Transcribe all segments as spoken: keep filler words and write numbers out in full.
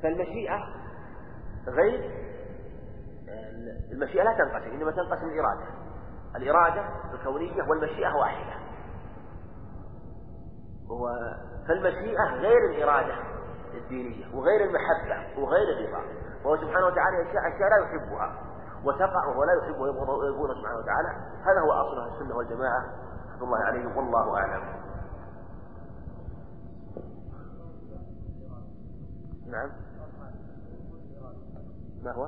فالمشيئة غير المشيئة لا تنقسم، إنما تنقسم الإرادة الإرادة الكونية والمشيئة واحدة. فالمشيئة غير الإرادة الدينية وغير المحبة وغير الرضا، وهو سبحانه وتعالى يشاء أشياء لا يحبها وتقع وهو لا يحب ويبغض سبحانه وتعالى. هذا هو أصل أهل السنة والجماعة رحمة الله عليهم، والله أعلم. نعم. ما هو؟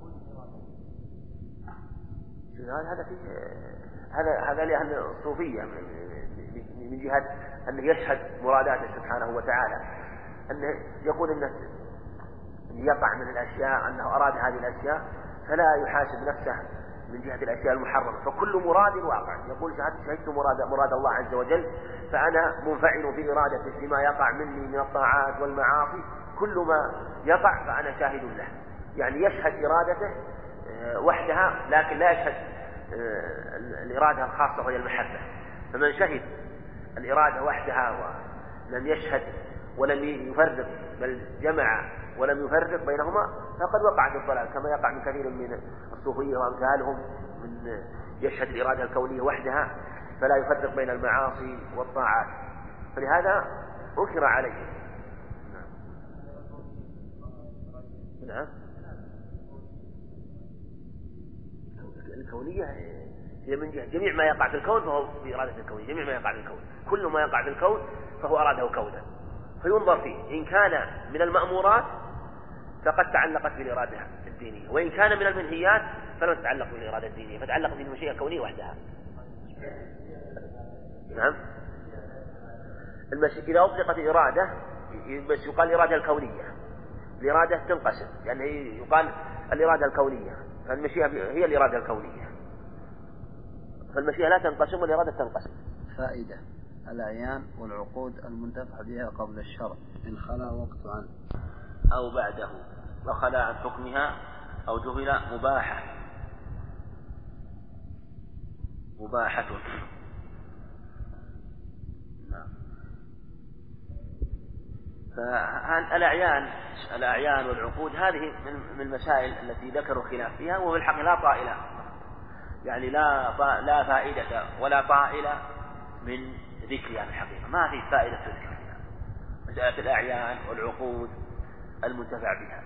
هذا فيه هذا هذا لأهل الصوفية من جهة أنه يشهد مراداته سبحانه وتعالى، أنه يقول أنه يقع من الأشياء أنه أراد هذه الأشياء فلا يحاسب نفسه من جهة الأشياء المحرمة، فكل مراد واقع. يقول شهدت مراد, مراد الله عز وجل فأنا منفعل في إرادته فيما يقع مني من الطاعات والمعاصي، كل ما يقع فأنا شاهد له. يعني يشهد إرادته وحدها لكن لا يشهد الإرادة الخاصة وهي المحبة. فمن شهد الإرادة وحدها ولم يشهد ولم يفرق بل جمع ولم يفرق بينهما فقد وقع في الضلال، كما يقع من كثير من الصوفية وأمثالهم من يشهد الإرادة الكونية وحدها فلا يفرق بين المعاصي والطاعات، فلهذا أنكر عليه. نعم. الكونية هي من جهة جميع ما يقع في الكون فهو في إرادة الكونية، جميع ما يقع في الكون كل ما يقع في الكون فهو أراده كونا، فينظر فيه إن كان من المأمورات فقد تعلقت بالإرادة الدينية، وإن كان من المنهيات فلم تتعلق بالإرادة الدينية فتعلق بالمشيئة الكونية وحدها. نعم. المشي... إذا أطلقت الإرادة بس يقال الإرادة الكونية، الإرادة تنقسم يعني يقال الإرادة الكونية، فالمشيئة هي الإرادة الكونية، فالمشيئة لا تنقسم والإرادة تنقسم. فائدة: الأعيان والعقود المنتفع بها قبل الشرع إن خلا وقت عنه أو بعده وخلا عن حكمها أو جهل مباحة مباحة نعم. فالأعيان الأعيان والعقود هذه من المسائل التي ذكروا خلاف فيها، وفي الحق لا طائلة يعني لا لا فائدة ولا طائلة من ذكرها في الحقيقة، ما في فائدة تذكر فيها مسألة الأعيان والعقود المنتفع بها.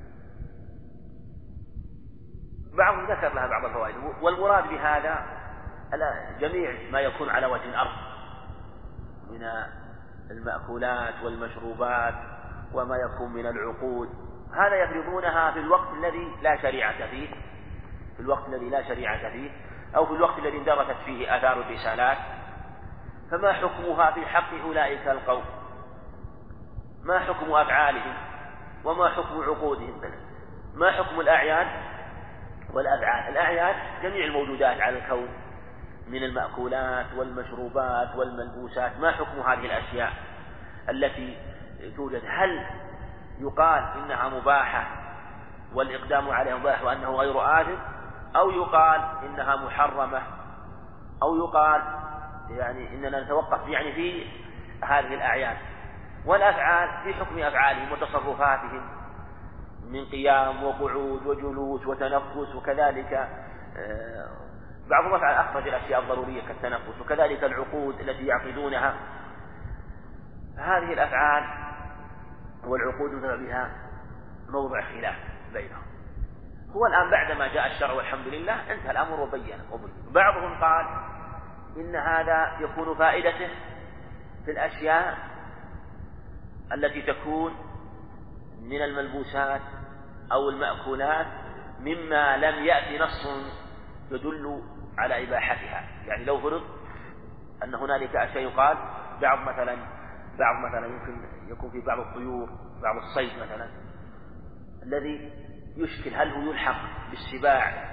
بعضهم ذكر لها بعض الفوائد، والمراد بهذا جميع ما يكون على وجه الأرض من المأكولات والمشروبات وما يكون من العقود، هذا يفرضونها في الوقت الذي لا شريعة فيه في الوقت الذي لا شريعة فيه أو في الوقت الذي اندرست فيه آثار الرسالات، فما حكمها في حق أولئك القوم؟ ما حكم أفعالهم وما حكم عقودهم؟ ما حكم الأعيان والأفعال؟ الأعيان جميع الموجودات على الكون من المأكولات والمشروبات والملبوسات، ما حكم هذه الأشياء التي توجد؟ هل يقال إنها مباحة والإقدام عليها مباح وأنه غير آثم، أو يقال إنها محرمة، أو يقال يعني إننا نتوقف يعني في هذه الأعيان؟ والأفعال في حكم أفعالهم وتصرفاتهم من قيام وقعود وجلوس وتنفس، وكذلك بعضهم يفعل أخرج الأشياء الضرورية كالتنفس، وكذلك العقود التي يعقدونها. هذه الأفعال والعقود بها موضع خلاف بينهم. هو الآن بعدما جاء الشرع والحمد لله انتهى الأمر وبين وبين. بعضهم قال إن هذا يكون فائدته في الأشياء التي تكون من الملبوسات أو المأكولات مما لم يأتي نص يدل على إباحتها. يعني لو فرض أن هنالك أشياء يقال بعض مثلا بعض مثلا يمكن يكون في بعض الطيور بعض الصيد مثلا الذي يشكل هل هو يلحق بالسباع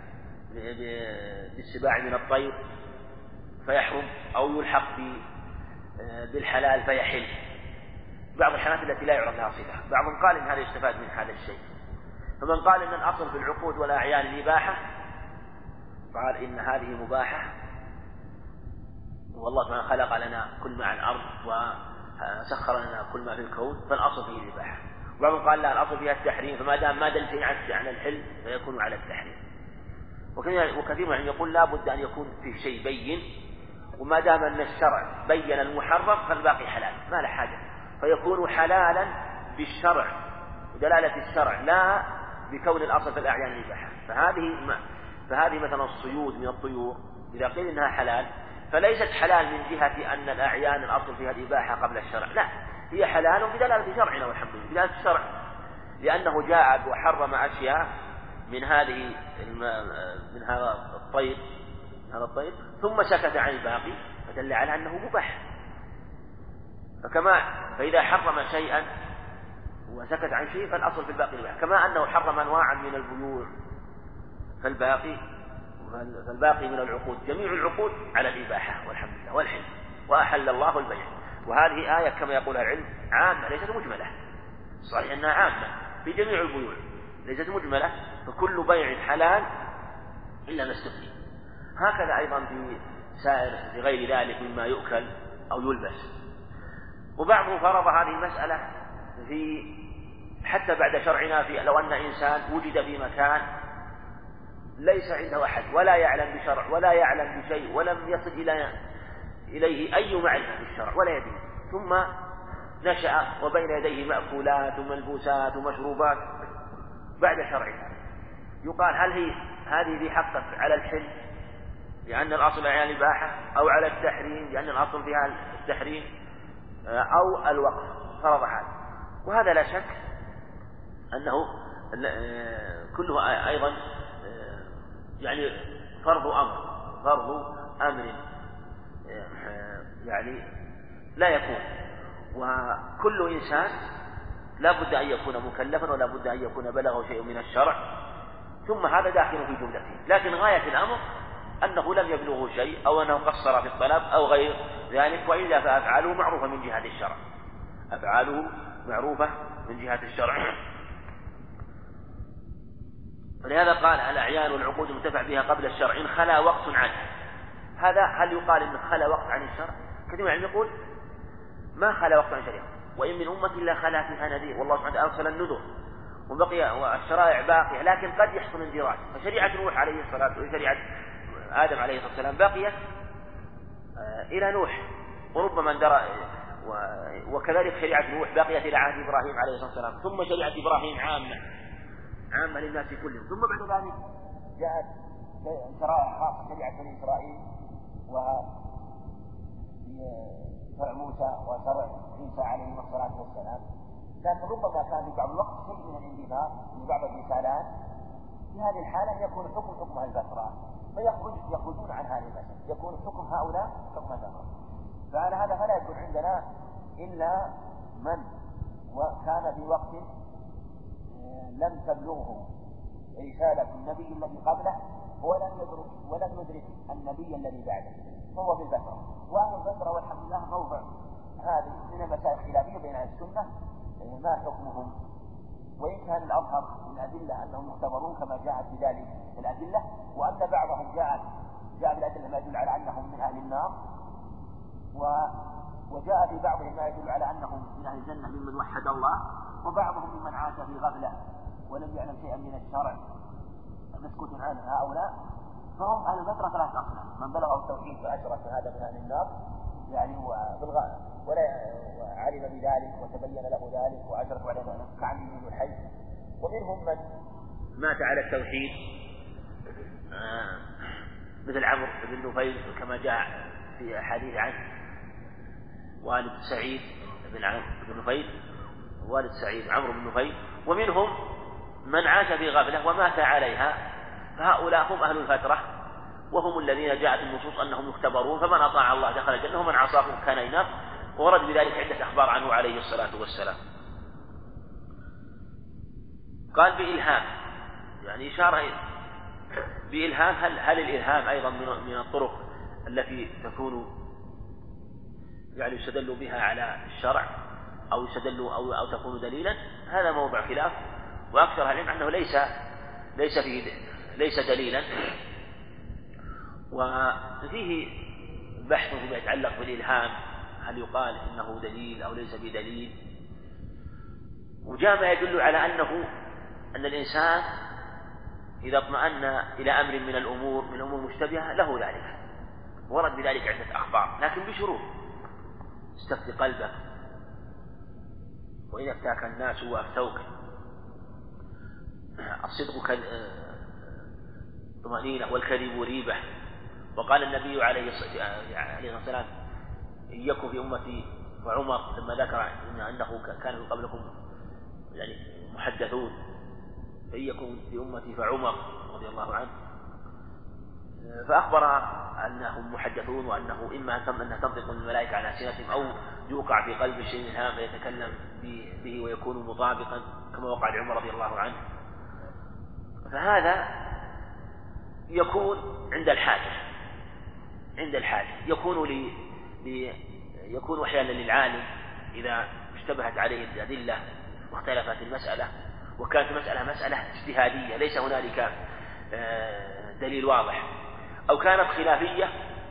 بالسباع من الطير فيحرم أو يلحق بالحلال فيحل. بعض الحالات التي لا يعرف لها صفة، بعضهم قال إن هذا يستفاد من هذا الشيء. فمن قال إن الأصل في العقود والأعيان الإباحة قال إن هذه مباحة، والله سبحانه خلق لنا كل ما على الأرض وسخر لنا كل ما في الكون، فالأصل فيه الإباحة. وبعضهم قال لا الأصل فيها التحريم، فما دام ما دل شيء عن الحل فيكون على التحريم. وكثير من يقول لا بد أن يكون فيه شيء بين، وما دام أن الشرع بين المحرم فالباقي حلال ما له حاجة، فيكون حلالا بالشرع ودلالة الشرع لا بكون الأصل في الأعيان الإباحة. فهذه فهذه مثلا الصيود من الطيور إذا قيل إنها حلال فليست حلال من جهة أن الأعيان الأصل فيها الإباحة قبل الشرع، لا، هي حلال بدلالة شرعنا والحمد لله، بدلالة الشرع، لأنه جاء وحرم أشياء من هذه من هذا الطير من هذا الطير ثم سكت عن الباقي فدل على أنه مباح. فكما فإذا حرم شيئا وسكت عن شيء فالأصل في الباقي الإباحة، كما أنه حرم أنواعا من البيوع فالباقي فالباقي من العقود جميع العقود على الإباحة والحمد لله والحل، وأحل الله البيع. وهذه آية كما يقول العلم عامة ليست مجملة، صحيح أنها عامة في جميع البيوع ليست مجملة، فكل بيع حلال إلا ما استثني. هكذا أيضا في سائر في غير ذلك مما يؤكل أو يلبس. وبعضهم فرض هذه المسألة في حتى بعد شرعنا في لو أن إنسان وجد في مكان ليس عنده أحد ولا يعلم بشرع ولا يعلم بشيء ولم يصل إلى إليه أي معرفة بالشرع ولا يدري، ثم نشأ وبين يديه مأكولات وملبوسات ومشروبات بعد شرعنا، يقال هل هي هذه ذي حق على الحل لأن الأصل على الإباحة أو على التحريم لأن الأصل فيها التحريم أو الوقف فرض هذا. وهذا لا شك أنه كله أيضا يعني فرض أمر فرض أمر يعني لا يكون، وكل إنسان لا بد أن يكون مكلفا ولا بد أن يكون بلغه شيء من الشرع، ثم هذا داخل في جملته. لكن غاية الأمر أنه لم يبلغه شيء أو أنه قصر في الطلب أو غير ذلك، وإلا فأفعاله معروفة من جهة الشرع أفعاله معروفة من جهة الشرع. ولهذا قال الأعيان والعقود المنتفع بها قبل الشرع إن خلا وقت عنه. هذا هل يقال إن خلا وقت عن الشرع؟ كثير من العلم يقول ما خلا وقت عن الشرع، وإن من أمة إلا خلا فيها نذير، والله سبحانه وتعالى أرسل النذر وبقي والشرائع باقية، لكن قد يحصل اندراج. فشريعة نوح عليه الصلاة والسلام وشريعة آدم عليه الصلاة والسلام بقيت إلى نوح وربما اندرج، وكذلك شريعة نوح بقيت إلى عهد إبراهيم عليه الصلاة والسلام، ثم شريعة إبراهيم عامة عامة للناس كلهم، ثم بعد ذلك جاءت شرائع خاصة شريعة بني إسرائيل وشرع موسى وشرع عيسى عليه الصلاة والسلام. لكن ربما كان في بعض الوقت شيء من الاندماج في بعض الرسالات، في هذه الحالة يكون حكم حكم الفترة فيخرج يخرجون عن هذه المسألة، يكون حكم هؤلاء حكم الفترة. فعلى هذا فلا يكون عندنا إلا من وكان في وقت لم تبلغه رسالة النبي الذي قبله ولم يدرك ولم يدرك النبي الذي بعده، فهو في الفترة. وأهل الفترة والحمد لله موضع هذه من المسائل الخلافية بين أهل السنة ما حكمهم، وإن كان الأظهر من الأدلة أنهم مختبرون كما جاءت بذلك الأدلة، وأن بعضهم جاء جاء بالأدلة ما يدل على أنهم من أهل النار، وجاء في بعضهم ما يدل على أنهم من أهل الجنة ممن وحد الله، وبعضهم ممن عاش في غفلة ولم يعلم شيئا من الشرع مسكوت عنه هؤلاء، فهم أهل الفترة ثلاث أقسام: من بلغ التوحيد فأشرك هذا من أهل النار يعني وبالغاء ولا وعلم بذلك وتبين له ذلك وأشرك على ذلك كعلي بن الحي، ومنهم من مات على التوحيد آه مثل عمرو بن نفيل كما جاء في أحاديث عنه، والد سعيد بن عمرو بن نفيل والد سعيد عمرو بن نفيل، ومنهم من عاش في غفلة ومات عليها، فهؤلاء هم أهل الفترة، وهم الذين جاءت النصوص أنهم يختبرون، فمن أطاع الله دخل الجنة ومن عصاه كان ينار، ورد بذلك عدة أخبار عنه عليه الصلاة والسلام. قال بإلهام، يعني إشارة بإلهام. هل, هل الإلهام أيضا من الطرق التي تكون يعني يستدل بها على الشرع أو يستدل أو, أو تكون دليلا؟ هذا موضع خلاف، وأكثر العلم أنه ليس ليس فيه ليس دليلا، وفيه بحث فيما يتعلق بالإلهام، هل يقال إنه دليل أو ليس بدليل. وجاء ما يدل على أنه أن الإنسان إذا اطمأن إلى أمر من الأمور من الأمور المشتبهة له ذلك، ورد بذلك عدة أخبار لكن بشروط: استفت قلبك، وإن أفتاك الناس وأفتوك، الصدق طمأنينة والكذب ريبة. وقال النبي عليه الصلاة والسلام: إن يكن في أمتي وعمر لما ذكر إن أنه كان من قبلكم يعني محدثون، فإن يكن في أمتي فعمر رضي الله عنه، فأخبر أنهم محدثون وأنه إما أن تنطق الملائكة على ألسنتهم أو يوقع في قلب الشيء منها فيتكلم به ويكون مطابقا كما وقع لعمر رضي الله عنه. فهذا يكون عند الحاجة عند الحاجة يكون لي لي يكون أحيانا للعالم إذا اشتبهت عليه الأدلة واختلفت المسألة وكانت المسألة مسألة اجتهادية ليس هنالك دليل واضح، أو كانت خلافية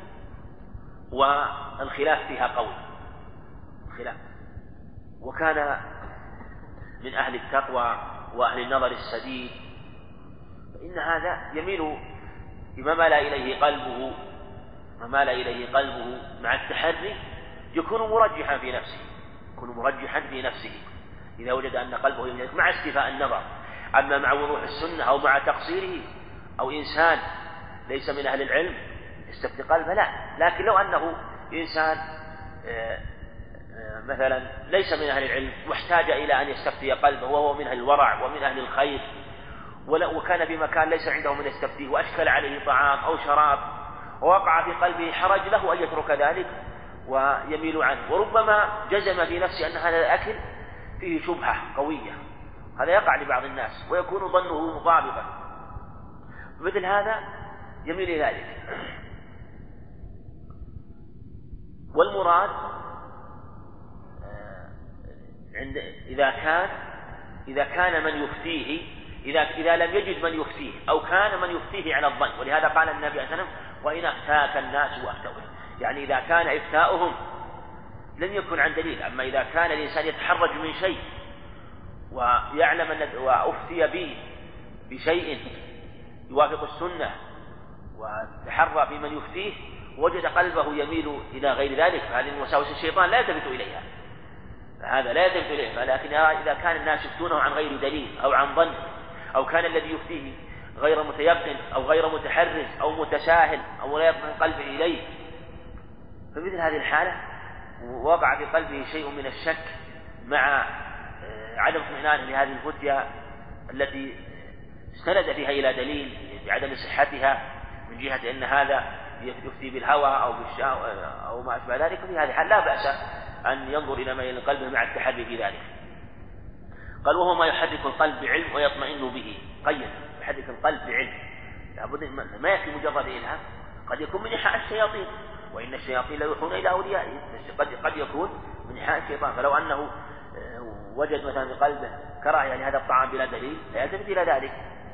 والخلاف فيها قول خلاف، وكان من أهل التقوى وأهل النظر السديد، فإن هذا يميل بما مال إليه قلبه ما مال إليه قلبه مع التحري، يكون مرجحا في نفسه يكون مرجحا في نفسه إذا وجد أن قلبه يميل مع استيفاء النظر. أما مع وضوح السنة أو مع تقصيره أو إنسان ليس من أهل العلم يستفتي قلبه لا، لكن لو أنه إنسان مثلا ليس من أهل العلم واحتاج إلى أن يستفتي قلبه وهو من أهل الورع ومن أهل الخير، وكان في مكان ليس عنده من يستفتيه وأشكل عليه طعام أو شراب ووقع في قلبه حرج، له أن يترك ذلك ويميل عنه، وربما جزم في نفسه أن هذا الأكل فيه شبهة قوية، هذا يقع لبعض الناس ويكون ظنه مطابقا، مثل هذا يميل إلى ذلك. والمراد عند إذا كان إذا كان من يفتيه إذا إذا لم يجد من يفتيه أو كان من يفتيه على الظن، ولهذا قال النبي صلى الله عليه وسلم: وإن أفتاك الناس وأفتوه، يعني إذا كان إفتاؤهم لم يكن عن دليل. أما إذا كان الإنسان يتحرج من شيء ويعلم أن وأفتي به بشيء يوافق السنة وتحرى في من يفتيه وجد قلبه يميل إلى غير ذلك، فهذه من وساوس الشيطان لا يلتفت إليها، فهذا لا يلتفت إليه. لكن إذا كان الناس يفتونه عن غير دليل أو عن ظن، أو كان الذي يفتيه غير متيقن أو غير متحرز أو متساهل أو لا يطمئن قلبه إليه، فمثل هذه الحالة وقع في قلبه شيء من الشك مع عدم اطمئنانه لهذه الفتيا التي استند فيها إلى دليل بعدم صحتها من جهة أن هذا يفتي بالهوى أو بالشهوة أو ما أشبه ذلك، في هذه الحال لا بأس أن ينظر إلى ما يلي قلبه مع التحري في ذلك. قال: وهو ما يحرك القلب بعلم ويطمئن به. قيد: يحرك القلب بعلم، لابد ما يكفي مجرد إلهام، قد يكون من إيحاء الشياطين، وإن الشياطين لا يوحون إلى أوليائهم، قد قد يكون من إيحاء الشيطان، فلو أنه وجد مثلا في قلبه كراهية لهذا الطعام بلا دليل لا يلتفت إلى ذلك.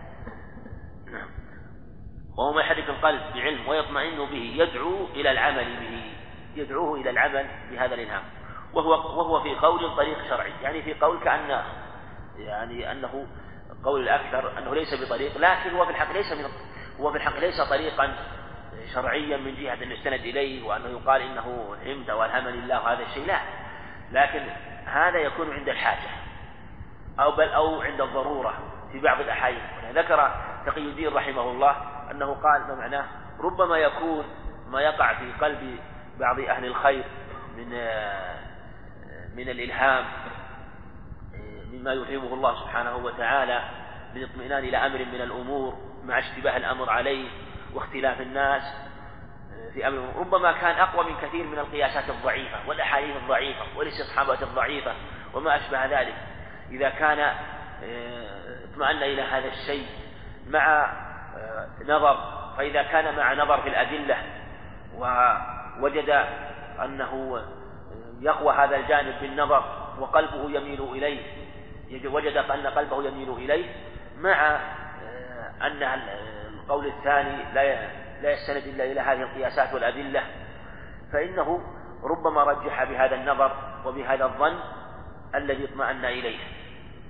وهو ما يحرك القلب بعلم ويطمئن به يدعو إلى العمل به يدعوه إلى العمل بهذا الإلهام، وهو وهو في قول طريق شرعي، يعني في قول كأن يعني أنه قول الأكثر أنه ليس بطريق، لكن هو في الحق ليس من هو في الحق ليس طريقا شرعيا من جهة أن يستند إليه وأنه يقال إنه حمد والهمني الله هذا الشيء، لا، لكن هذا يكون عند الحاجة أو بل أو عند الضرورة في بعض الأحايين. ذكر تقي الدين رحمه الله أنه قال ما معناه: ربما يكون ما يقع في قلب بعض أهل الخير من من الإلهام مما يلهمه الله سبحانه وتعالى من اطمئنان إلى أمر من الأمور مع اشتباه الأمر عليه واختلاف الناس في أمر، ربما كان أقوى من كثير من القياسات الضعيفة والأحاديث الضعيفة والاستصحابات الضعيفة وما أشبه ذلك. إذا كان اطمأن إلى هذا الشيء مع نظر، فإذا كان مع نظر في الأدلة ووجد أنه يقوى هذا الجانب بالنظر وقلبه يميل إليه، وجد أن قلبه يميل إليه مع أن القول الثاني لا يستند إلا إلى هذه القياسات والأدلة، فإنه ربما رجح بهذا النظر وبهذا الظن الذي اطمأن إليه.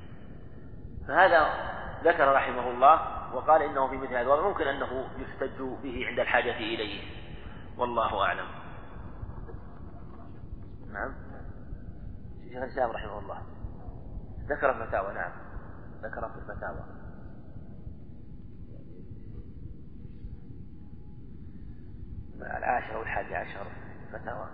فهذا ذكر رحمه الله وقال إنه في مثل هذا وممكن أنه يحتج به عند الحاجة إليه، والله أعلم. نعم. شيخ الإسلام رحمه الله ذكر في الفتاوى، نعم ذكر في الفتاوى. العاشر والحادي عشر فتاوى.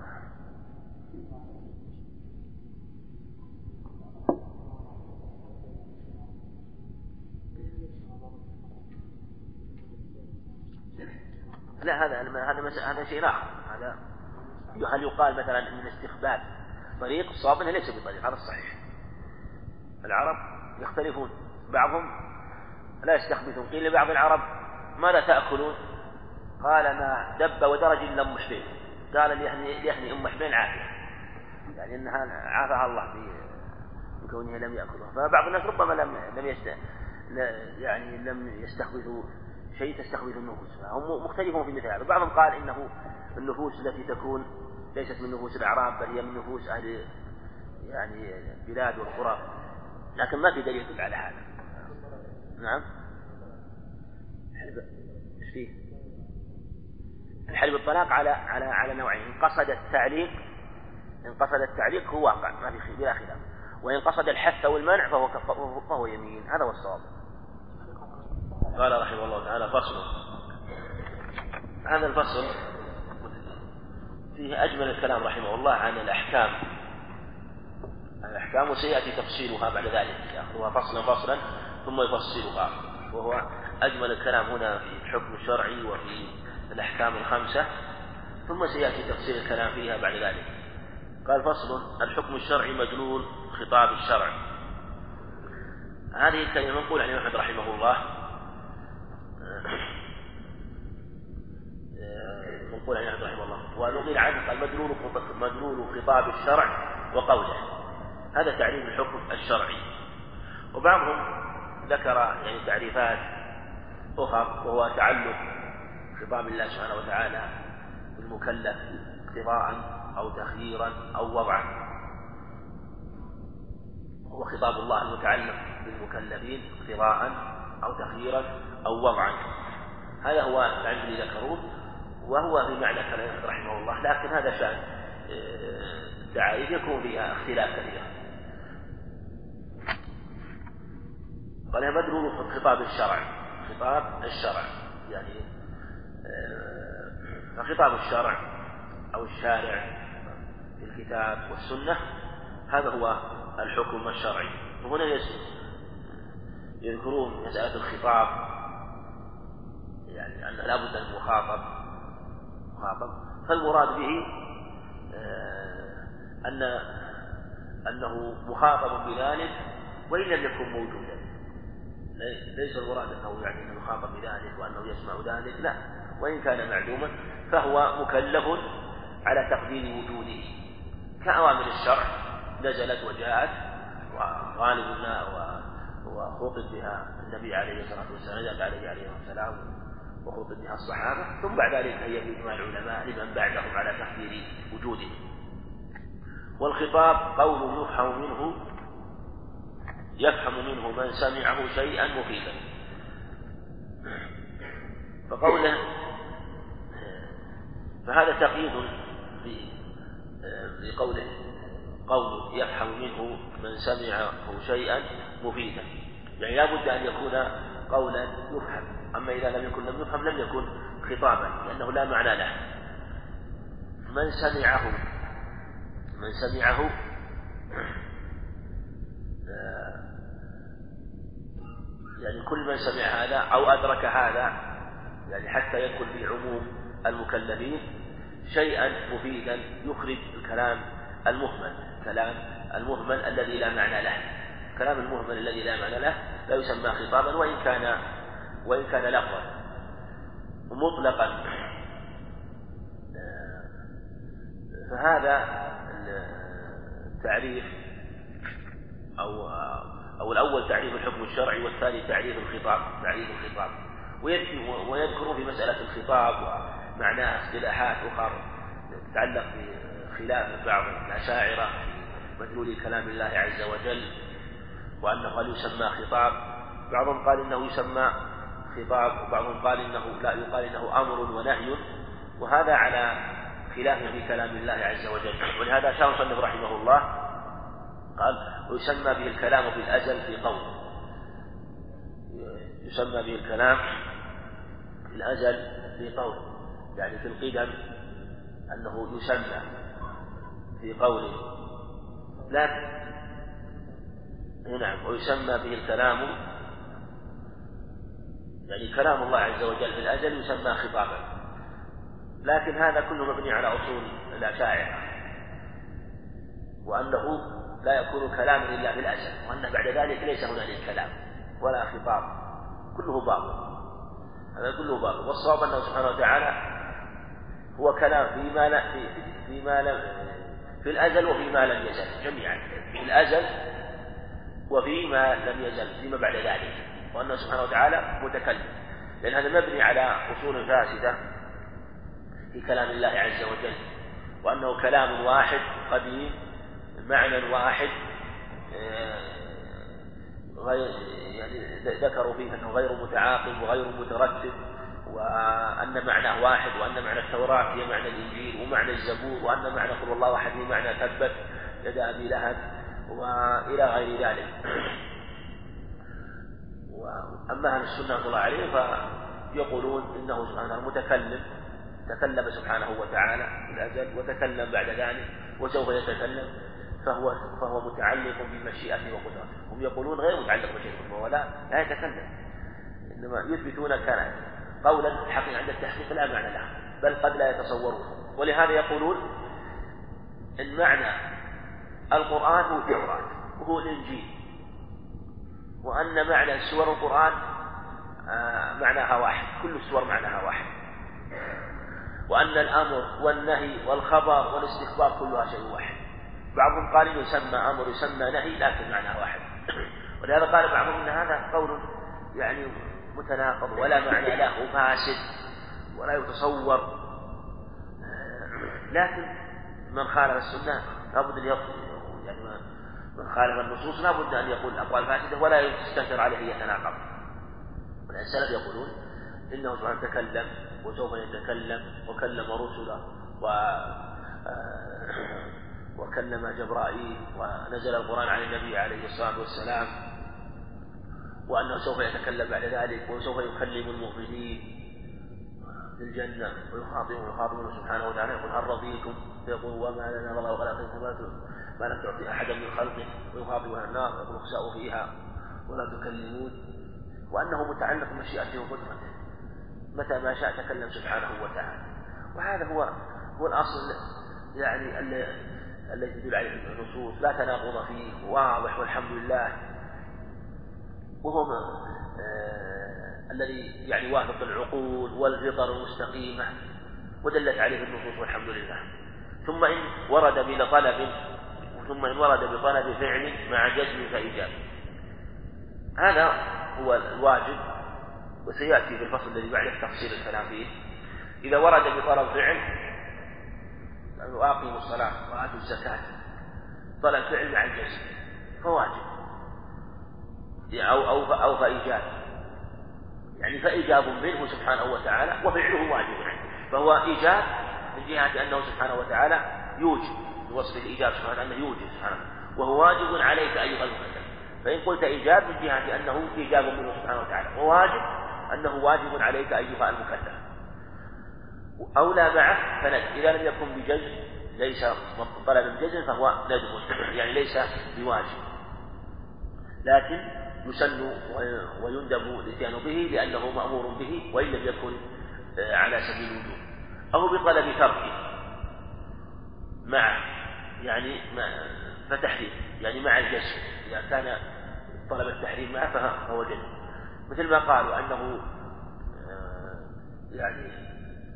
لا هذا هذا هذا شيء آخر. هذا هل يقال مثلا من استخبار طريق الصواب انه ليس بطريق، هذا الصحيح. العرب يختلفون، بعضهم لا يستخبثون. قيل لبعض العرب ماذا تأكلون؟ قال ما دب ودرج إلا أم حبيب. قال ليحني أم حبيب عافية، يعني أنها عافاها الله بكونها لم يأكلها. فبعض الناس ربما لم لم يست يعني لم يستخبثوا شيء تستخبث النفوس، فهم مختلفون في مثل هذا. بعضهم قال إنه النفوس التي تكون ليست من نفوس الأعراب بل هي من نفوس أهل يعني البلاد والقرى، لكن ما في دليل يدل على هذا. نعم. ايش فيه؟ الحلب الطلاق على على على نوعين. إن قصد التعليق إن قصد التعليق هو واقع ما في بلا خلاف، وإن قصد الحث والمنع فهو فهو يمين. هذا هو الصواب. قال رحمه الله تعالى: فصل. هذا الفصل فيه أجمل الكلام رحمه الله عن الأحكام الأحكام وسيأتي تفصيلها بعد ذلك، يأخذها فصلا فصلا ثم يفصلها، وهو أجمل الكلام هنا في الحكم الشرعي وفي الأحكام الخمسة، ثم سيأتي تفصيل الكلام فيها بعد ذلك. قال: فصل. الحكم الشرعي مدلول خطاب الشرع. هذه الكلمة منقول عن أحمد رحمه الله منقول عن أحمد رحمه الله ونقل عنه قال: مدلول مدلول خطاب الشرع وقوله. هذا تعريف الحكم الشرعي. وبعضهم ذكر يعني تعريفات أخرى، وهو تعلق خطاب الله سبحانه وتعالى بالمكلف اقتضاء أو تخييرا أو وضعا، هو خطاب الله المتعلق بالمكلفين اقتضاء أو تخييرا أو وضعا. هذا هو التعريف الذي ذكروه، وهو بمعنى كلام رحمه الله، لكن هذا شأن التعاريف يكون فيها اختلاف كثير. قال: مدلول خطاب الشرع. خطاب الشرع يعني فخطاب الشرع أو الشارع في الكتاب والسنة هذا هو الحكم الشرعي. وهنا يذكرون مسألة الخطاب، يعني أن لا بد من مخاطب مخاطب فالمراد به أن أنه مخاطب بذلك وإن لم يكن موجودا. ليس المراد أنه يعني أنه مخاطب بذلك وأنه يسمع ذلك، لا، وإن كان معدوما فهو مكلف على تقدير وجوده، كأوامر الشرع نزلت وجاءت وغالبنا وخطب بها النبي عليه الصلاة والسلام، نزل عليه عليه السلام وخطب بها الصحابة، ثم بعد ذلك هي بإجماع العلماء لمن بعدهم على تقدير وجوده. والخطاب قول يفهم منه يفهم منه من سمعه شيئا مفيدا. فقوله فهذا تقييد لقوله قول يفهم منه من سمعه شيئا مفيدا، يعني لا بد أن يكون قولا يفهم، أما إذا لم يكن لم يفهم لم يكن خطابا لأنه لا معنى له. من سمعه من سمعه يعني كل من سمع هذا أو أدرك هذا، يعني حتى يدخل في عموم المكلفين شيئا مفيدا يخرج الكلام المهمل كلام المهمل الذي لا معنى له. كلام المهمل الذي لا معنى له لا يسمى خطابا وإن كان وإن كان لفظا مطلقا. فهذا التعريف أو أو الأول تعريف الحكم الشرعي، والثاني تعريف الخطاب تعريف الخطاب ويذكر في مسألة الخطاب ومعناها اصطلاحات أخرى تتعلق بخلاف بعض الأشاعرة في مدلول كلام الله عز وجل، وأنه هل يسمى خطاب. بعضهم قال إنه يسمى خطاب، وبعضهم قال إنه لا، يقال إنه أمر ونهي، وهذا على خلاف في كلام الله عز وجل. ولهذا أشار المصنف رحمه الله قال ويسمى به الكلام في الأزل في قول، يسمى به الكلام في الأزل في قول، يعني في القدم أنه يسمى في قوله، لا نعم، ويسمى به الكلام يعني كلام الله عز وجل في الأزل يسمى خطابا. لكن هذا كله مبني على أصول الأشاعرة، وأنه لا يكون كلاما إلا في الأزل، وأن بعد ذلك ليس هنالك كلام ولا خطاب، كله باطل، هذا كله باطل. والصواب أنه سبحانه وتعالى هو كلام فيما لا في فيما لم في الأزل وفيما لم يزل جميعا، في الأزل وفيما لم يزل فيما بعد ذلك، وأنه سبحانه وتعالى متكلم، لأن هذا مبني على أصول فاسدة في كلام الله عز وجل، وأنه كلام واحد قديم معنى واحد، غير يعني ذكروا فيه أنه غير متعاقب وغير مترتب، وأن معناه واحد، وأن معنى التوراة هي معنى الإنجيل ومعنى الزبور، وأن معنى قل الله أحد هي معنى تبت يد أبي لهب وإلى غير ذلك. وأما أهل السنة رحمة الله عليه فيقولون إنه سبحانه متكلم، تكلم سبحانه وتعالى في الأزل وتكلم بعد ذلك وسوف يتكلم، فهو فهو متعلق بمشيئته وقدرته. هم يقولون غير متعلق بمشيئته، وهو لا لا يتكلم، إنما يثبتون كلام قولا الحقيقة عند التحقيق لا معنى له، بل قد لا يتصوره. ولهذا يقولون إن معنى القرآن هو التوراة وهو الإنجيل، وأن معنى سور القرآن معناها واحد، كل السور معناها واحد، وأن الأمر والنهي والخبر والاستخبار كلها شيء واحد. بعضهم قال إنه يسمى أمر يسمى نهي لكن معناه واحد. ولهذا قال بعضهم إن هذا قول يعني متناقض ولا معنى له وفاسد ولا يتصور. لكن من خالف السنة لابد أن يقول، يعني من خالف النصوص لابد أن يقول الأقوال فاسدة ولا يستنكر عليه يتناقض. السلف يقولون إنه سبحانه تكلم وسوف يتكلم وكلم رسله و وكلم جبرائيل ونزل القرآن على النبي عليه الصلاة والسلام، وأنه سوف يتكلم بعد ذلك وسوف يكلم المؤمنين في الجنة ويخاطبهم ويخاطبهم سبحانه وتعالى يقول هل رضيتم؟ فيقول وما لنا والله خلقكم ما لم تعطي أحدا من خلقه، ويخاطبها النار يقول اخسأوا فيها ولا تكلمون، وأنه متعلق بمشيئته وقدرته متى ما شاء تكلم سبحانه وتعالى. وهذا هو هو الأصل يعني الذي تدل عليه النصوص، لا تناقض فيه، واضح والحمد لله، وهو آه الذي يعني وافق العقول والفطر المستقيمة ودلت عليه النصوص والحمد لله. ثم إن ورد بطلب ثم إن ورد بطلب فعل مع جزم فإيجاب، هذا هو الواجب، وسيأتي في الفصل الذي بعده تفصيل الكلام فيه. إذا ورد بطلب فعل وأقيموا الصلاة وآتوا الزكاة، طلب فعل مع الجزم فواجب أو أو أو فإيجاب، يعني فإيجاب منه سبحانه وتعالى وفعله واجب عنه، فهو إيجاب من جهة أنه سبحانه وتعالى يوجب، بوصف الإيجاب سبحانه أنه يوجب سبحانه، وهو واجب عليك أيها المكلف. فإن قلت إيجاب من جهة أنه إيجاب منه سبحانه وتعالى، وواجب أنه واجب عليك أيها المكلف. أولى معه فند، إذا لم يكن بجزم ليس طلب الجزم فهو ندب، يعني ليس بواجب، لكن يسن ويندب الاتيان به لأنه مأمور به وإن لم يكن على سبيل الوجوب، أو بطلب تركه مع يعني فتحريم، يعني مع الجزم، إذا كان طلب التحريم معه فهو جزم، مثل ما قالوا أنه يعني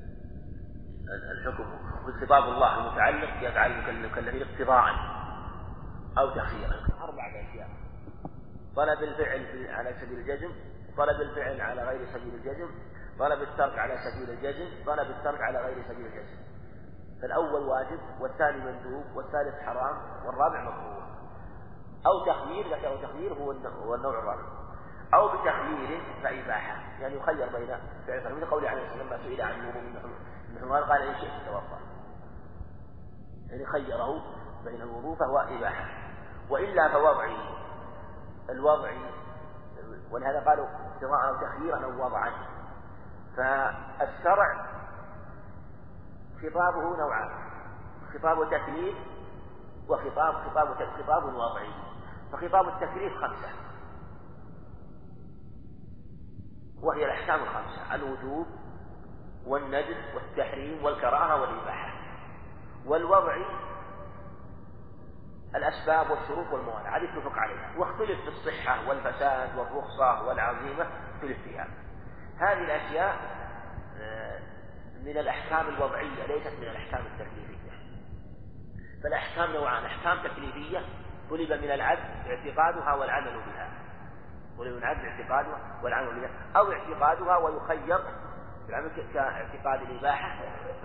الحكم خطاب الله المتعلق يفعل المكلفين اقتضاء أو تخييرا، أربعة أشياء: طلب الفعل على سبيل الجزم، طلب الفعل على غير سبيل الجزم، طلب الترك على سبيل الجزم، طلب الترك على غير سبيل الجزم. فالأول واجب، والثاني مندوب، والثالث حرام، والرابع مكروه. أو تخيير، ذكر تخيير هو النوع الرابع، أو بتخيير فإباحة، يعني يخير بين فعل مثل قوله عليه الصلاة والسلام لما سئل عن الوضوء من حمار قال إن شئت توضأ، يعني خيره بين الوضوء فهو إباحة. وإلا فوضعي الوضعي، ولهذا قالوا اقتضاء أو تخييرا أو وضعا. فالشرع خطابه نوعان: خطاب تكليف وخطاب خطاب خطاب وضعي. فخطاب التكليف خمسة، وهي الأحكام الخمسة: الوجوب والندب والتحريم والكراهة والإباحة. والوضعي الأسباب والشروط والموانع، هذه اتفق عليها، واختلف في الصحة والفساد والرخصة والعزيمة، اختلف فيها. هذه الأشياء من الأحكام الوضعية ليست من الأحكام التكليفية. فالأحكام نوعان: أحكام تكليفية طلب من العبد اعتقادها والعمل بها، طلب من العبد اعتقادها والعمل بها، أو اعتقادها ويخير بالعمل كاعتقاد الإباحة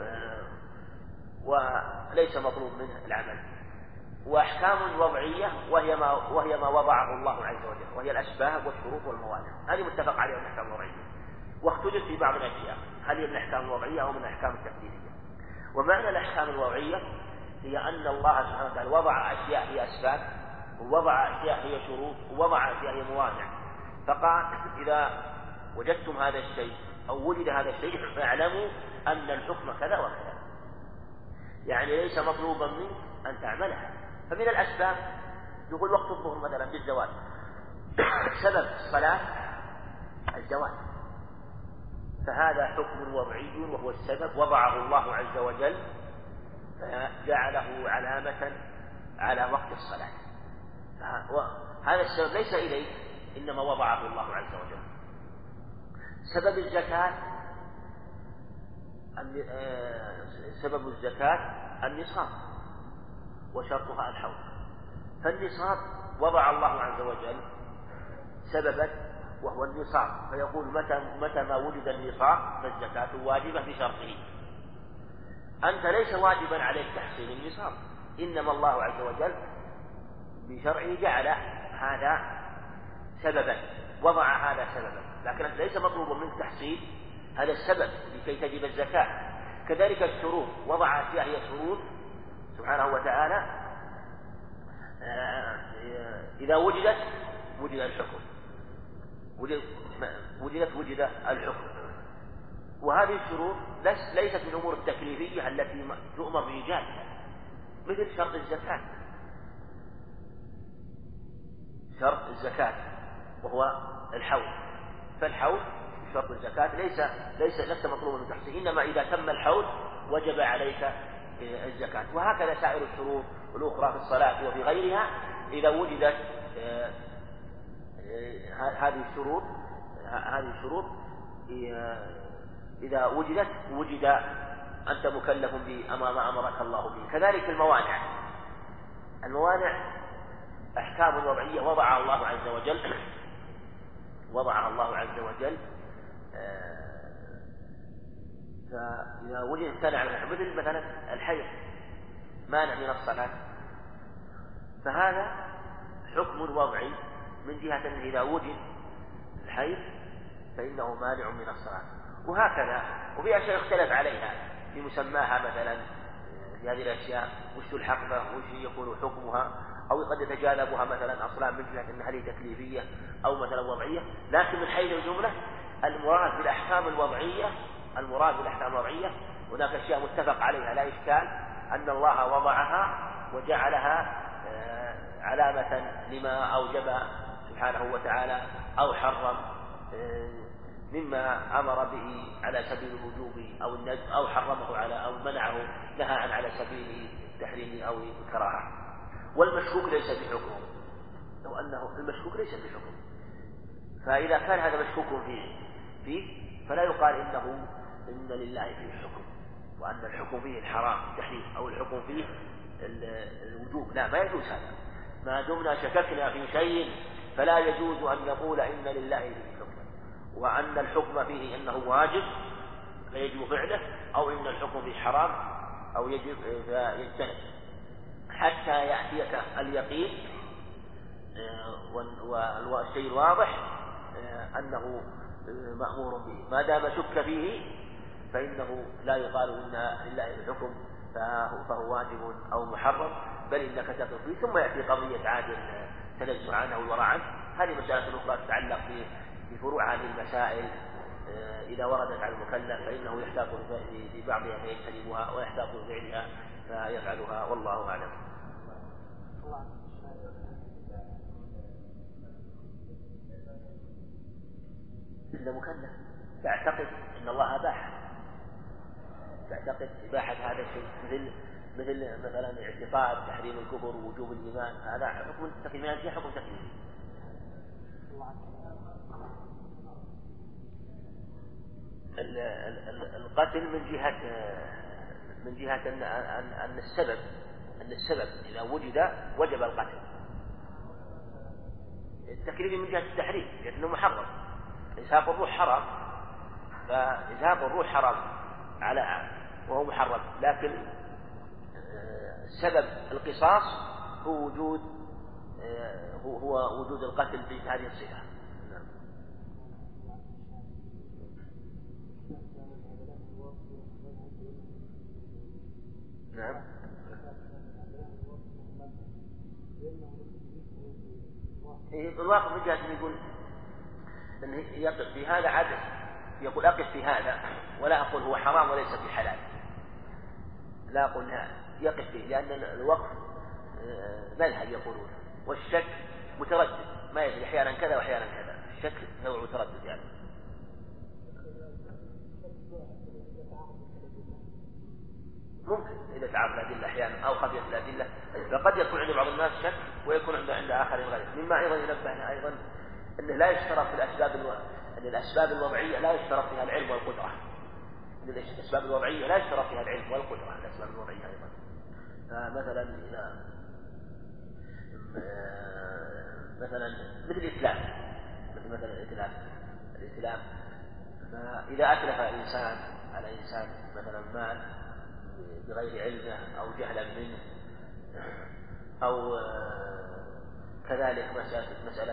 وليس مطلوب منه العمل. وأحكام وضعية وهي ما وهي ما وضعه الله عز وجل، وهي الأسباب والشروط والموانع، هذه متفق عليها من الأحكام الوضعية. واختلف في بعض الأشياء هل هي من الأحكام الوضعية أو من الأحكام التكليفية. ومعنى الأحكام الوضعية هي أن الله سبحانه وتعالى وضع أشياء هي أسباب، ووضع أشياء هي شروط، ووضع أشياء هي موانع. فقال: إذا وجدتم هذا الشيء أو وجد هذا الشيء فاعلموا أن الحكم كذا وكذا، يعني ليس مطلوبا منك أن تعملها. فمن الأسباب يقول وقت الظهر مثلا بالزوال، سبب الصلاة الزوال، فهذا حكم وضعي وهو السبب وضعه الله عز وجل، فجعله علامة على وقت الصلاة. هذا السبب ليس إليك، إنما وضعه الله عز وجل. سبب الزكاة سبب الزكاة النصاب وشرطها الحول، فالنصاب وضع الله عز وجل سببا وهو النصاب، فيقول متى متى ما وجد النصاب فالزكاة واجبة بشرطه. أنت ليس واجبا عليك تحصيل النصاب، إنما الله عز وجل بشرعه جعل هذا سببا، وضع هذا سببا، لكن ليس مطلوب منك تحصيل هذا السبب لكي تجب الزكاة. كذلك الشروط، وضع أشياء هي شروط سبحانه وتعالى، إذا وجدت وجد الحكم، وجدت وجد الحكم. وهذه الشروط ليست من الأمور التكليفية التي تؤمر بإيجادها، مثل شرط الزكاة. شرط الزكاة وهو الحول، فالحول شرط الزكاة ليس ليس لست مطلوبا من تحصيل، إنما إذا تم الحول وجب عليك الزكاة. وهكذا سائر الشروط الأخرى في الصلاة وفي غيرها، إذا وجدت هذه الشروط هذه الشروط إذا وجدت وجد أنت مكلف بما ما أمرك الله به. كذلك الموانع، الموانع أحكام وضعية وضعها الله عز وجل وضعها الله عز وجل فإذا وجد امتنع منها، مثل مثلا الحيض مانع من الصلاة، فهذا حكم وضعي من جهة أنه إذا وجد الحيض فإنه مانع من الصلاة. وهكذا وفي أشياء يختلف عليها في مسماها، مثلا في هذه الأشياء وش الحقبة وش يكون حكمها، أو قد يتجاذبها مثلا أصلا من جهة أنها هذه تكليفية أو مثلا وضعية. لكن من حيث الجملة المراد بالأحكام الوضعية المراد بالأحكام الوضعية هناك أشياء متفق عليها لا إشكال أن الله وضعها وجعلها علامة لما أوجب سبحانه وتعالى أو حرم مما أمر به على سبيل الوجوب أو الندب، أو حرمه على أو منعه نهى عن على سبيل التحريم أو الكراهة. والمشكوك ليس بحكم، لو أنه المشكوك ليس بحكم، فإذا كان هذا مشكوك فيه فيه فلا يقال إنه إن لله فيه الحكم وأن الحكم فيه الحرام التحريم أو الحكم فيه الوجوب، لا، ما يجوز هذا. ما دمنا شككنا في شيء فلا يجوز أن نقول إن لله فيه الحكم وأن الحكم فيه إنه واجب فيجب فعله، أو إن الحكم فيه حرام أو يجب فيجتنب، حتى يأتيك اليقين الشيء الواضح أنه مأمور به. ما دام شك فيه فإنه لا يقال إن لله الحكم فهو واجب أو محرم، بل إنك تقف فيه. ثم يأتي قضية عاد التنزه عنه والورع عنه، هذه مسألة أخرى تتعلق بفروع هذه المسائل. إذا وردت على المكلف فإنه يحتاط في بعضها فيجتنبها ويحتاط بفعلها فيفعلها، والله أعلم. إن مكلف تعتقد أن الله أباح، تعتقد إباحة هذا الشيء، مثل مثل مثلا اعتقاد تحريم الكفر ووجوب الإيمان، هذا حكم تكليفي، حكم تكليفي. القتل من جهة من جهة أن أن السبب أن السبب إذا وجد وجب القتل. التكليف من جهة التحريم لأنه محرم، إزهاق الروح حرام، فإزهاق الروح حرام على وهو محرم، لكن سبب القصاص هو وجود هو وجود القتل بهذه الصفة. نعم. الواقع من جهة يقول أن يقف في هذا عدل، يقول أقف في هذا ولا أقول هو حرام وليس بحلال، لا أقول يقف فيه، لأن الوقف مذهب يقولون، والشك متردد ما يدري أحيانا كذا وأحيانا كذا، الشك نوع متردد يعني. ممكن إذا تعرف الأدلة أحيانا أو خفيت الأدلة، فقد يكون عند بعض الناس شك ويكون عند عند آخرين غير. مما أيضا ينبهنا أيضا أنه لا يشترط في الأسباب الو... أن الأسباب الوضعية لا يشترط فيها العلم والقدرة. أن الأسباب الوضعية لا يشترط فيها العلم والقدرة، الأسباب الوضعية أيضا. فمثلا إذا مثلا مثل الإسلام، مثل مثلا الإسلام الإسلام فإذا أتلف إنسان على إنسان مثلا مال بغير علمه أو جهلا منه، أو كذلك مسألة مسألة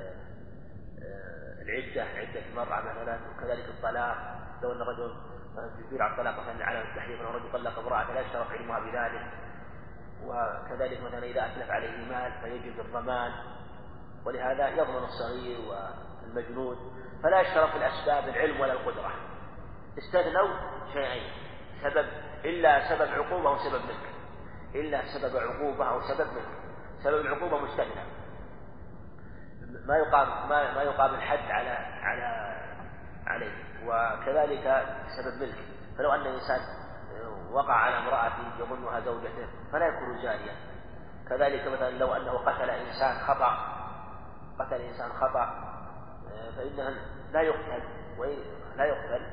العدة عدة مرة مثلا، وكذلك الطلاق، لو أن الرجل يدير على الطلاق مثلا على التحريم، أو رجل طلق امرأة لا يشترط علمها بذلك. وكذلك مثلا إذا أتلف عليه مال فيجب الضمان، ولهذا يضمن الصغير والمجنون، فلا يشترط في الأسباب العلم ولا القدرة. استثنوا شيئين، سبب إلا سبب عقوبة أو سبب ملك، إلا سبب عقوبة أو سبب ملك. سبب العقوبة مستثنى، ما يقام ما, ما يقام الحد على على عليه. وكذلك سبب ملك، فلو أن الإنسان وقع على امرأة يظنها زوجته فلا يكون زانيا. كذلك مثلا لو أنه قتل إنسان خطأ قتل إنسان خطأ فإنه لا يقتل لا يقتل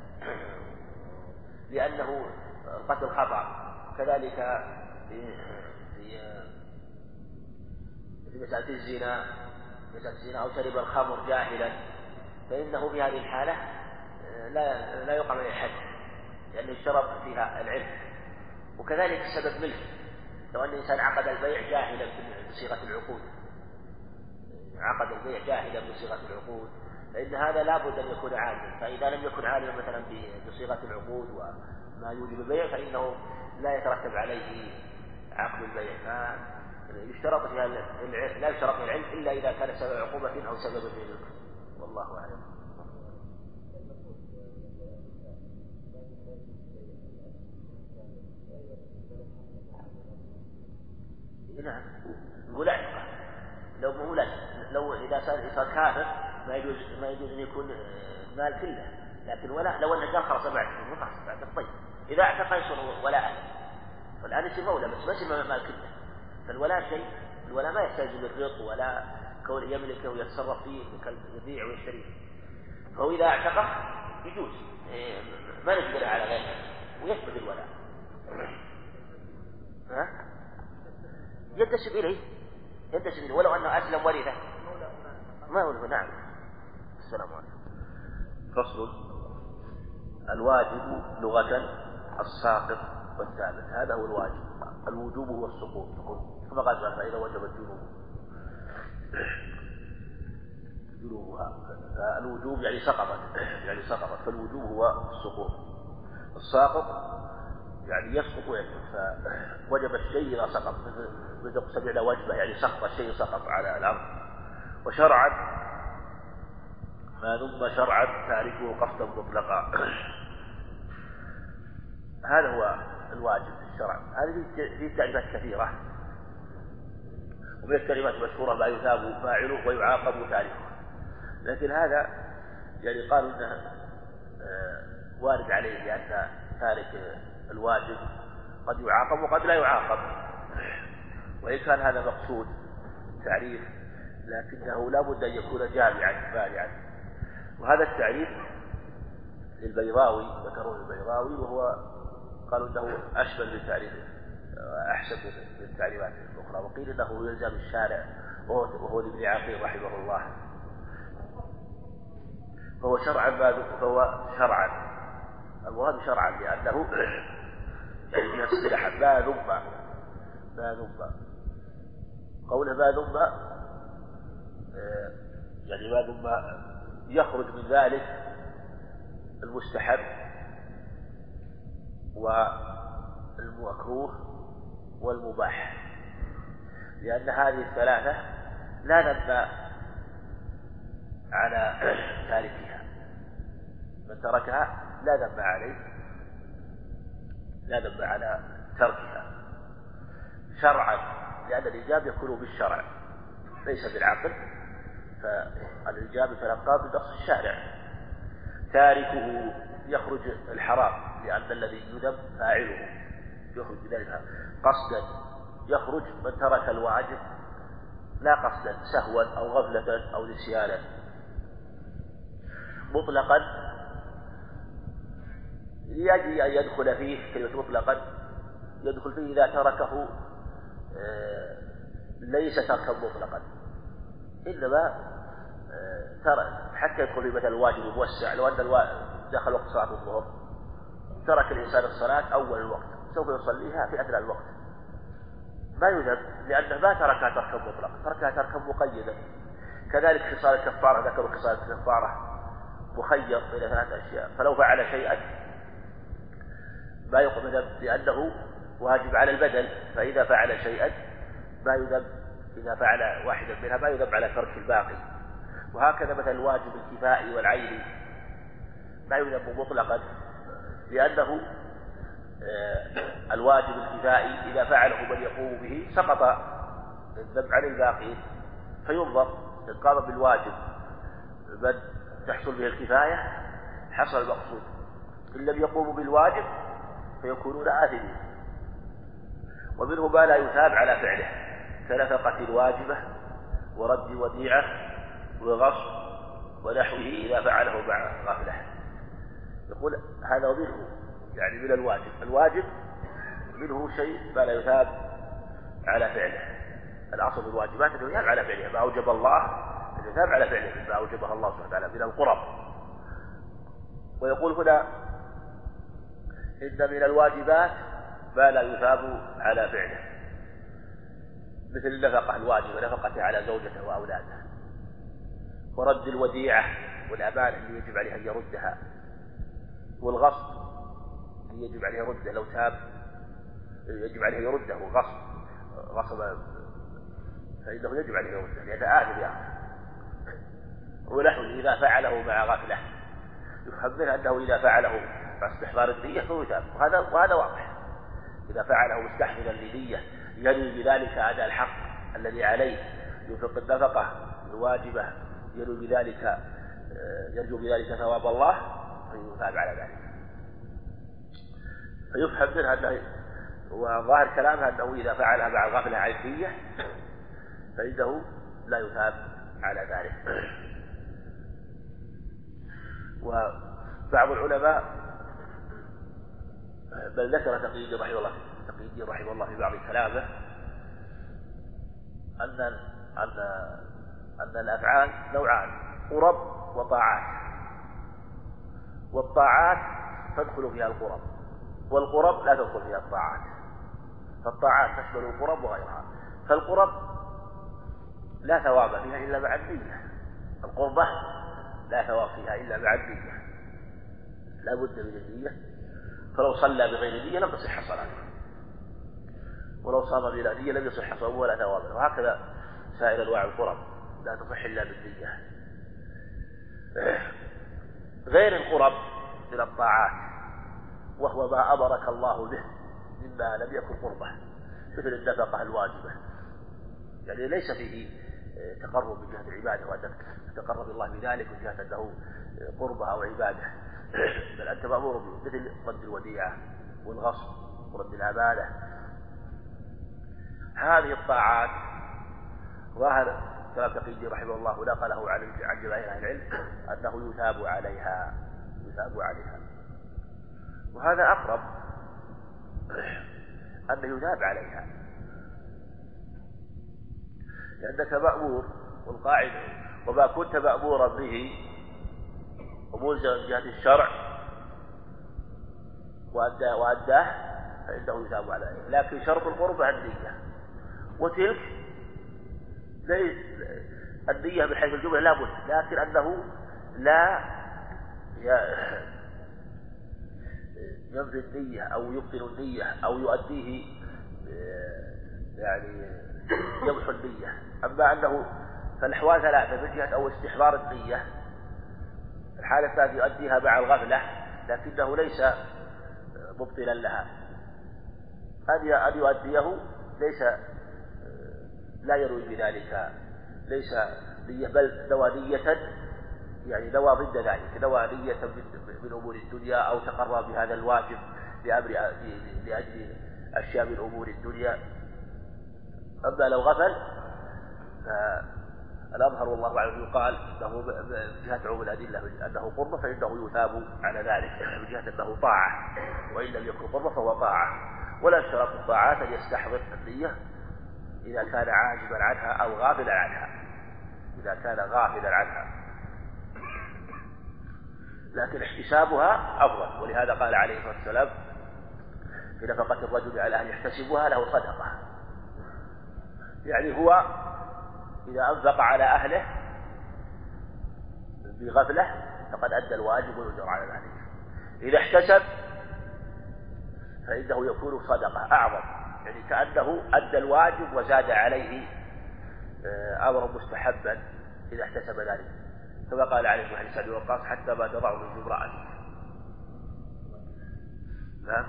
لأنه قتل خطأ. كذلك في في في مسألة الزنا مسألة الزنا أو شرب الخمر جاهلا، فإنه في هذه الحالة لا لا يقام عليه الحد لأنه اشترط فيها العلم. وكذلك سبب ملك، لو أن الإنسان عقد البيع جاهلا بصيغة العقود عقد البيع جاهلا بصيغة العقود فإن هذا لا بد أن يكون عالما. فإذا لم يكن عالما مثلا بصيغة العقود وما يوجب البيع فإنه لا يترتب عليه عقد البيع. فيشترط فيها لا يشترط فيها العلم إلا إذا كان سبب عقوبة أو سبب ملك، والله أعلم. نعم نقول اعتقه، لو مو لو إذا صار صار كافر ما يجوز ما يجوز أن يكون مال كله، لكن ولا لو أنه قال خلاص بعد بعد طيب إذا اعتق يصير ولاء، فالآن يصير مولى بس ما يصير مال كله. فالولاء شيء، الولاء ما يستلزم الرق ولا كون يملكه ويتصرف فيه يبيع ويشتري. فهو إذا اعتقه يجوز ما نجبر على غيره ويثبت الولاء. ها؟ ينتسب إليه ينتسب إليه ولو أنه أسلم ورثه ما هو. نعم. السلام عليكم. فصل. الواجب لغة الساقط والثابت، هذا هو الواجب. الوجوب هو السقوط كما قال فإذا وجب الجنوب. وجوبها. الوجوب يعني سقطت يعني سقطت فالوجوب هو السقوط. الساقط يعني يسقط ويجب، فوجب الشيء إذا سقط، مثل سمعنا وجبة يعني سقط الشيء سقط على الأرض. وشرعا ما ذم شرعا تاركه قصدا مطلقا. هذا هو الواجب في الشرع. هذه فيه تعريفات كثيرة، ومن الكلمات المشهورة ما يثاب فاعله ويعاقب تاركه، لكن هذا يعني قالوا انه وارد عليه لأن تارك الواجب قد يعاقب وقد لا يعاقب، وإن كان هذا مقصود التعريف لكنه لا بد أن يكون جامعا مانعا. وهذا التعريف للبيضاوي ذكروه البيضاوي، وهو قالوا انه اشمل من تعريف احسن من التعريفات الاخرى، وقيل انه يلزم الشارع وهو ابن عقيل رحمه الله. فهو شرعا ما فهو شرعا المراد شرعا لانه يعني فيها اصطلاحا ما ذم ما ذم قوله ما ذم يعني ما ذم يخرج من ذلك المستحب والمكروه والمباح، لأن هذه الثلاثة لا ذنب على تاركها، من تركها لا ذنب عليه لا ذنب على تركها. شرعا لأن الإيجاب يكون بالشرع ليس بالعقل، فالإيجاب يتلقى بنص الشارع. تاركه يخرج الحرام لأن الذي يذم فاعله يخرج بذلك قصدا، يخرج من ترك الواجب لا قصدا سهوا أو غفلة أو نسيانا. مطلقا يجي أن يدخل فيه كلمة مطلقا يدخل فيه إذا تركه ليس تركا مطلقا، إنما ترى حتى يدخل في مثل الواجب الموسع. لو أن دخل وقت صلاة الظهر ترك الإنسان الصلاة أول الوقت سوف يصليها في أثناء الوقت ما يذنب، لأنه ما تركها تركا مطلقا، تركها تركا مقيدا. كذلك خصال الكفارة ذكروا خصال الكفارة مخير بين ثلاث أشياء، فلو فعل شيئا ما يذنب لأنه واجب على البدل، فإذا فعل شيئا ما يذنب إذا فعل واحدا منها ما يذنب على ترك الباقي. وهكذا مثل الواجب الكفائي والعيني ما يذنب مطلقا، لأنه الواجب الكفائي إذا فعله من يقوم به سقط الذنب عن الباقين، فينظر إن قام بالواجب من تحصل به الكفاية حصل المقصود، إن لم يقوموا بالواجب فيكونون آثمين. ومنه ما لا يثاب على فعله كنفقة الواجبة ورد وديعة وغصب ونحوه إذا فعله مع غفلة. يقول هذا منه يعني من الواجب. الواجب منه شيء ما لا يثاب على فعله، الأصل في الواجبات أنه يثاب على فعله، ما أوجب الله أنه يثاب على فعله ما أوجبه الله سبحانه وتعالى من القرب. ويقول هنا إن من الواجبات ما لا يثاب على فعله، مثل النفقة الواجبة نفقته على زوجته وأولاده، ورد الوديعة والأمانة اللي يجب عليه أن يردها، والغصب اللي يجب عليه يرده لو تاب يجب عليه يرده غصب غصب فإنه يجب عليه يرده لأنه آثم يعني. ونحو إذا فعله مع غفلة يفهم منه أنه إذا فعله مع استحضار النية فهو يثاب، وهذا وهذا واضح. إذا فعله مستحضرا لنية ينوي بذلك أداء الحق الذي عليه ينفق النفقة الواجبة ينوي بذلك يرجو بذلك ثواب الله فيثاب على ذلك. فيفهم منها أنه وظاهر كلامها أنه إذا فعلها مع الغفلة عن النية فإنه لا يثاب على ذلك. وبعض العلماء بل ذكر تقي الدين رحمه الله تقي الدين رحمه الله في بعض كلامه أن أن أن الأفعال نوعان قرب وطاعات، والطاعات تدخل فيها القرب والقرب لا تدخل فيها الطاعات، فالطاعات تشمل القرب وغيرها. فالقرب لا ثواب فيها إلا مع النية، القربة لا ثواب فيها إلا مع النية، لا بد من النية، فلو صلى بغير نية لم تصح صلاته، ولو صام بلا نية لم يصح صومه ولا ثوابه، وهكذا سائر أنواع القرب لا تصح إلا بالنية. غير القرب من الطاعات وهو ما أمرك الله به مما لم يكن قربه، مثل النفقة الواجبة، يعني ليس فيه تقرب من جهة العبادة وأنك تتقرب الله بذلك من جهة أنه قربة أو عبادة، بل أنت مأمور مثل رد الوديعة والغصب ورد الأمانة. هذه الطاعات ظاهر كلام تقي الدين رحمه الله نقله عن عن جماهير أهل العلم أنه يثاب عليها يثاب عليها وهذا أقرب أنه يثاب عليها، لأنك مأمور، والقاعدة وما كنت مأمورا به وملزما من جهة الشرع وأداه فإنه يثاب عليه، لكن شرط القربة النية، وتلك ليس النية من حيث الجملة لا بد، لكن أنه لا ينفي النية أو يبطل النية أو يؤديه يعني يمحو النية. أما أنه فالأحوال ثلاثة من جهة أو استحضار النية، الحالة الثانية يؤديها مع الغفلة لكنه ليس مبطلا لها، أن يؤديه ليس لا يروي بذلك ليس نية بل نوى نية يعني نوى ضد ذلك، نوى نية من أمور الدنيا أو تقرب بهذا الواجب لأمر لأجل أشياء من أمور الدنيا. أما لو غفل فالأظهر والله أعلم يقال أنه من جهة عموم الأدلة أنه قربة فإنه يثاب على ذلك من جهة أنه طاعة، وإن لم يكن قربة فهو طاعة. ولا اشترط الطاعات أن يستحضر النية إذا كان عاجبا عنها أو غافلا عنها، إذا كان غافلا عنها، لكن احتسابها أفضل، ولهذا قال عليه الصلاة والسلام في نفقة الرجل على أن يحتسبها له صدقة، يعني هو إذا أنفق على أهله بغفلة فقد أدى الواجب ويجر على ذلك، إذا احتسب فإنه يكون صدقة أعظم، يعني كأنه أدى الواجب وزاد عليه أمرا مستحبا إذا احتسب ذلك، كما قال عليه في حديث أبي وقاص حتى ما تضع من امرأته. نعم.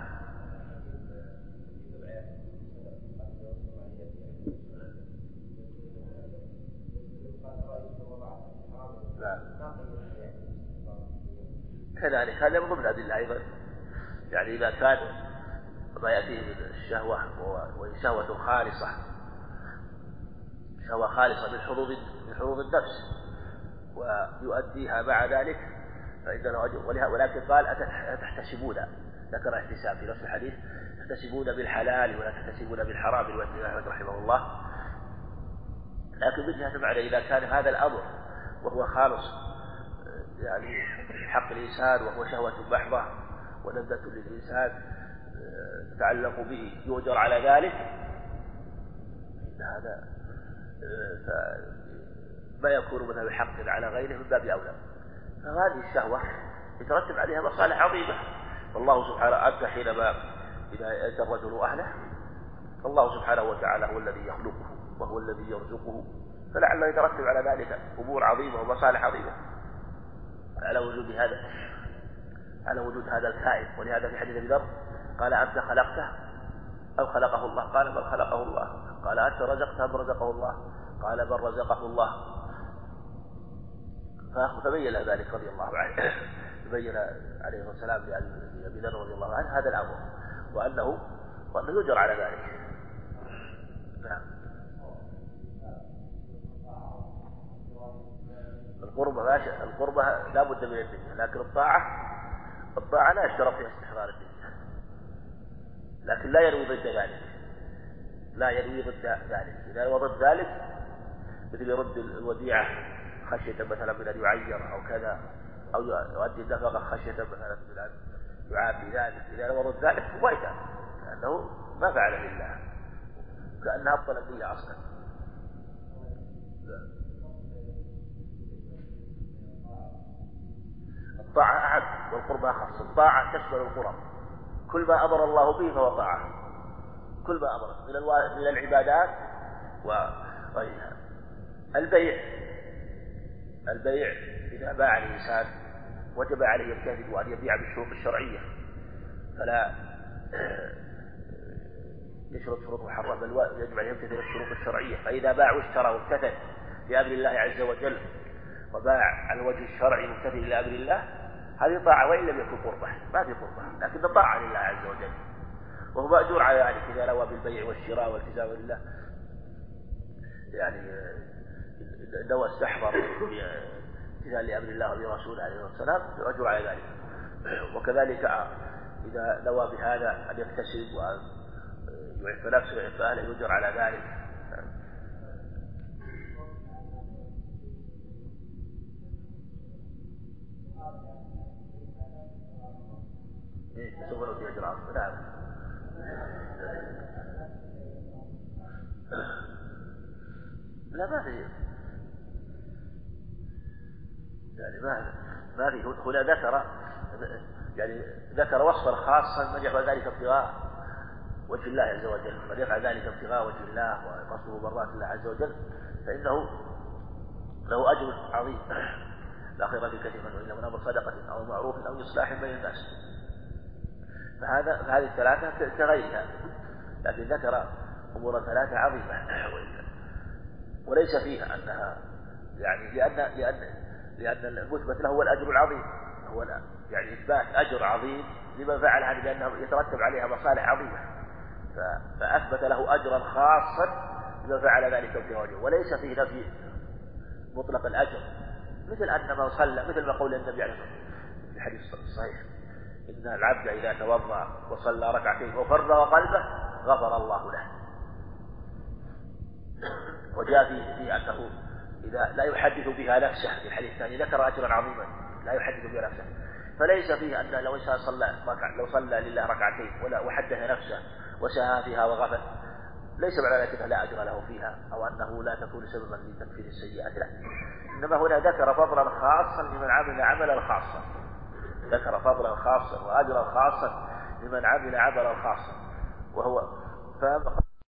كذلك هذا من ضمن الأدلة أيضا، يعني إذا كان ما يأتيه من الشهوة وهي شهوة خالصة شهوة خالصة من حظوظ من حظوظ النفس ويؤديها مع ذلك فإنه أجر، ولكن قال أتحتسبون، ذكر احتساب في نفس الحديث، تحتسبون بالحلال ولا تحتسبون بالحرام لوجه أحمد رحمه الله، لكن من جهة المعنى إذا كان هذا الأمر وهو خالص يعني حق الإنسان وهو شهوة محضة ولذة للإنسان تتعلق به يؤجر على ذلك، إن هذا ما يكون مثل حق على غيره من باب أولى. فهذه الشهوة يترتب عليها مصالح عظيمة، والله سبحانه أنت حينما إذا أتى الرجل أهله فالله سبحانه وتعالى هو الذي يخلقه وهو الذي يرزقه، فلعله يترتب على ذلك أمور عظيمة ومصالح عظيمة على وجود هذا على وجود هذا الكائن. ولهذا في حديث أبي ذر قال أنت خلقته أو خلقه الله؟ قال بل خلقه الله. قال أنت رزقته أم رزقه الله؟ قال بل رزقه الله. فبين ذلك رضي الله عنه، بين عليه الصلاة والسلام لأبي ذر رضي الله عنه هذا الأمر وأنه وأنه يجر على ذلك. نعم. القربة ماشي، القربة لا بد من النية، لكن الطاعة الطاعة لا يشترط فيها استحضار النية، لكن لا ينوي ضد ذلك، لا ينوي ضد ذلك. إذا هو ضد ذلك مثل يرد الوديعة خشية مثلا من أن يعير أو كذا، أو يؤدي النفقة خشية مثلا من أن يعافي ذلك، إذا هو ضد ذلك هو يتعب لأنه ما فعل لله، كأنها أبطل النية أصلا. والقربى أخص. الطاعة تشمل القرب، كل ما أمر الله به فهو طاعة، كل ما أمر من, الو... من العبادات وغيرها. البيع البيع إذا باع الإنسان وجب عليه يجتهد وأن يبيع بالشروط الشرعية، فلا يشرط شروط محرمة، بل يجب عليه يمتثل الشروط الشرعية. فإذا باع واشترى وامتثل لأمر الله عز وجل وباع على الوجه الشرعي ممتثل لأمر الله، هذه طاعة وإن لم يكن قربة، ما في قربة، لكن طاعة لله عز وجل، وهو مأجور على ذلك إذا لوى بالبيع والشراء والتزام لله، يعني لو استحضر بامتثال لأمر الله وبرسوله عليه الصلاة والسلام يؤجر على ذلك. وكذلك إذا نوى بهذا أن يكتسب وأن يعف نفسه ويعف أهله يؤجر على ذلك. إيه سوف نؤتي أجر عظيم. نعم. لا ما في يعني ما ما في هنا ذكر يعني ذكر وصفا خاصا من يفعل ذلك ابتغاء وجه الله عز وجل، من يفعل ذلك ابتغاء وجه الله وقصده مرات الله عز وجل فإنه له أجر عظيم لا خير في كثير منه إلا من أمر صدقة أو معروف أو إصلاح بين الناس. فهذا هذه الثلاثة كغيرها، لكن ذكر أمور ثلاثة عظيمة وليس فيها أنها يعني لأن لأن لأن المثبت له هو الأجر العظيم، هو يعني إثبات أجر عظيم لمن فعل هذه لأنه يترتب عليها مصالح عظيمة، فأثبت له أجرا خاصا لمن فعل ذلك ابتغاء، وليس فيه نفي مطلق الأجر، مثل أن من صلى مثل ما قول النبي عليه الصلاة والسلام في الحديث الصحيح إن العبد إذا توضأ وصلى ركعتين وفرغ قلبه غفر الله له. وجاء في أنه إذا لا يحدث بها نفسه في الحديث الثاني ذكر أجرا عظيما لا يحدث بها نفسه. فليس فيه أن لو إنسان صلى ركع لو صلى لله ركعتين ولا وحدث نفسه وسهى فيها وغفل ليس معنى ذلك لا أجر له فيها أو أنه لا تكون سببا لتكفير السيئات، لا، إنما هنا ذكر فضلا خاصا لمن عمل عملا خاصا، ذكر فضلا خاصا وأجرا خاصا لمن عمل عملا خاصا وهو فهم